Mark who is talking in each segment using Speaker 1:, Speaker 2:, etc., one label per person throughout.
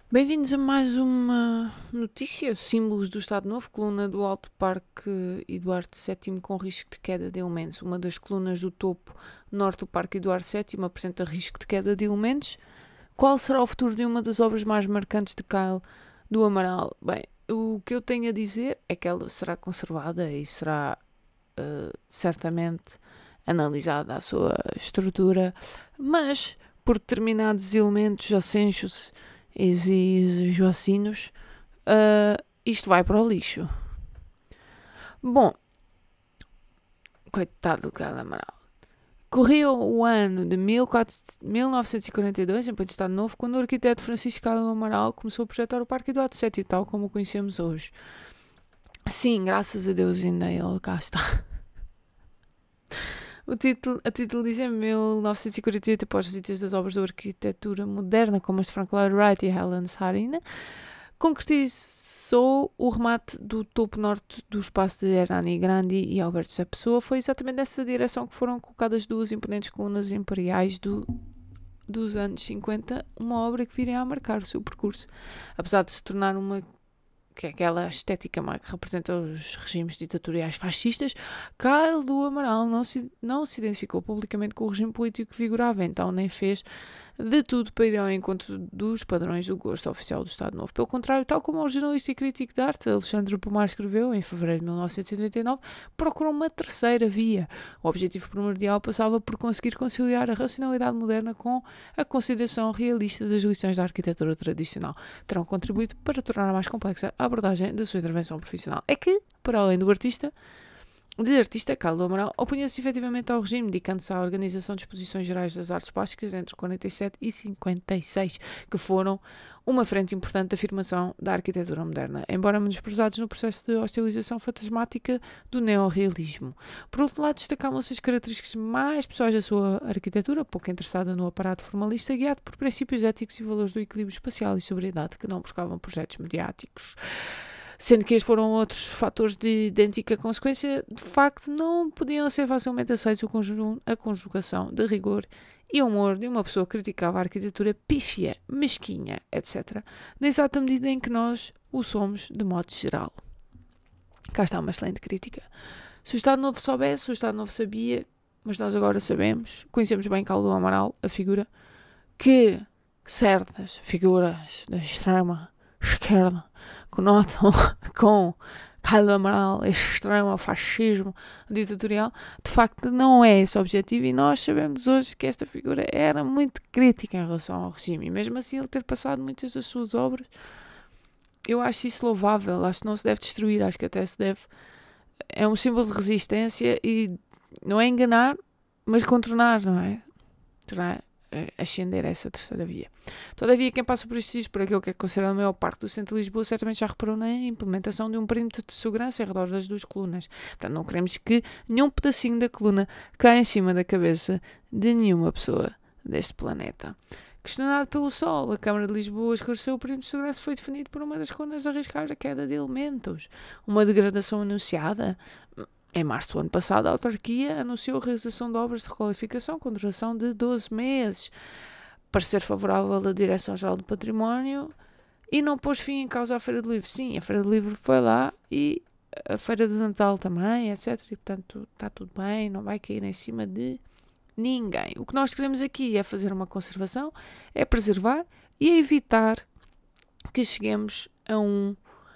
Speaker 1: Bem-vindos a mais uma notícia, símbolos do Estado Novo, coluna do Alto Parque Eduardo VII com risco de queda de elementos. Uma das colunas do topo norte do Parque Eduardo VII apresenta risco de queda de elementos. Qual será o futuro de uma das obras mais marcantes de Kyle do Amaral? Bem, o que eu tenho a dizer é que ela será conservada e será certamente analisada a sua estrutura, mas por determinados elementos ascensos e joacinos, isto vai para o lixo. Bom, coitado do Galo Amaral. Corria o ano de 1942, em País de Estado Novo, quando o arquiteto Francisco Galo Amaral começou a projetar o Parque Eduardo VII, tal como o conhecemos hoje. Sim, graças a Deus ainda ele cá está. A título diz em 1948, após visitas das obras de arquitetura moderna, como as de Frank Lloyd Wright e Helen Sarina, concretizou o remate do topo norte do espaço de Hernani Grandi e Alberto José Pessoa. Foi exatamente nessa direção que foram colocadas duas imponentes colunas imperiais dos anos 50, uma obra que viria a marcar o seu percurso. Apesar de se tornar uma que é aquela estética que representa os regimes ditatoriais fascistas, Kyle do Amaral não se identificou publicamente com o regime político que vigorava, então nem fez de tudo para ir ao encontro dos padrões do gosto oficial do Estado Novo. Pelo contrário, tal como o jornalista e crítico de arte Alexandre Pomar escreveu em fevereiro de 1999, procurou uma terceira via. O objetivo primordial passava por conseguir conciliar a racionalidade moderna com a consideração realista das lições da arquitetura tradicional. Terão contribuído para tornar mais complexa a abordagem da sua intervenção profissional. É que, para além do artista, Carlos Amaral opunha-se efetivamente ao regime, dedicando-se à organização de exposições gerais das artes plásticas entre 47 e 56, que foram uma frente importante da afirmação da arquitetura moderna, embora menosprezados no processo de hostilização fantasmática do neorrealismo. Por outro lado, destacavam-se as características mais pessoais da sua arquitetura, pouco interessada no aparato formalista, guiado por princípios éticos e valores do equilíbrio espacial e sobriedade, que não buscavam projetos mediáticos. Sendo que estes foram outros fatores de idêntica consequência, de facto não podiam ser facilmente aceitos a conjugação de rigor e humor de uma pessoa que criticava a arquitetura pífia, mesquinha, etc., na exata medida em que nós o somos de modo geral. Cá está uma excelente crítica. Se o Estado Novo soubesse, o Estado Novo sabia, mas nós agora sabemos, conhecemos bem Caldo Amaral, a figura, que certas figuras da extrema esquerda conotam com Kyle Amaral, extremo fascismo ditatorial, de facto não é esse o objetivo e nós sabemos hoje que esta figura era muito crítica em relação ao regime e mesmo assim ele ter passado muitas das suas obras, eu acho isso louvável, acho que não se deve destruir, acho que até se deve, é um símbolo de resistência e não é enganar, mas contornar, não é? Ascender a essa terceira via. Todavia, quem passa por isto por aquilo que é considerado o maior parque do centro de Lisboa, certamente já reparou na implementação de um perímetro de segurança ao redor das duas colunas. Portanto, não queremos que nenhum pedacinho da coluna caia em cima da cabeça de nenhuma pessoa deste planeta. Questionado pelo Sol, a Câmara de Lisboa esclareceu que o perímetro de segurança foi definido por uma das colunas a arriscar a queda de elementos. Uma degradação anunciada. Em março do ano passado, a autarquia anunciou a realização de obras de requalificação com duração de 12 meses. Parecer favorável da Direção-Geral do Património e não pôs fim em causa à Feira do Livro. Sim, a Feira do Livro foi lá e a Feira de Natal também, etc. E, portanto, está tudo bem, não vai cair em cima de ninguém. O que nós queremos aqui é fazer uma conservação, é preservar e é evitar que cheguemos a um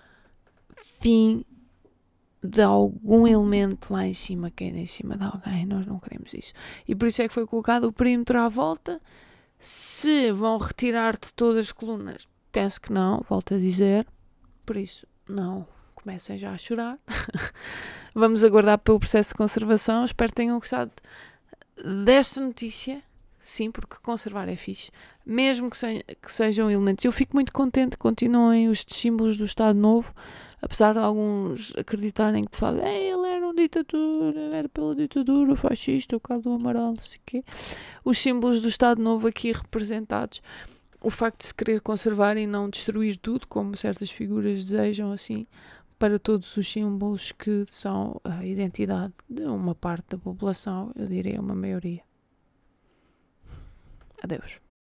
Speaker 1: fim de algum elemento lá em cima cair em cima de alguém. Nós não queremos isso. E por isso é que foi colocado o perímetro à volta. Se vão retirar de todas as colunas, penso que não, volto a dizer. Por isso, não comecem já a chorar. Vamos aguardar pelo processo de conservação. Espero que tenham gostado desta notícia. Sim, porque conservar é fixe. Mesmo que sejam elementos. Eu fico muito contente que continuem os símbolos do Estado Novo. Apesar de alguns acreditarem que de facto ele era um ditadura, era pela ditadura, o fascista, o Caldo Amaral, não sei o quê. Os símbolos do Estado Novo aqui representados, o facto de se querer conservar e não destruir tudo, como certas figuras desejam, assim, para todos os símbolos que são a identidade de uma parte da população, eu diria uma maioria. Adeus.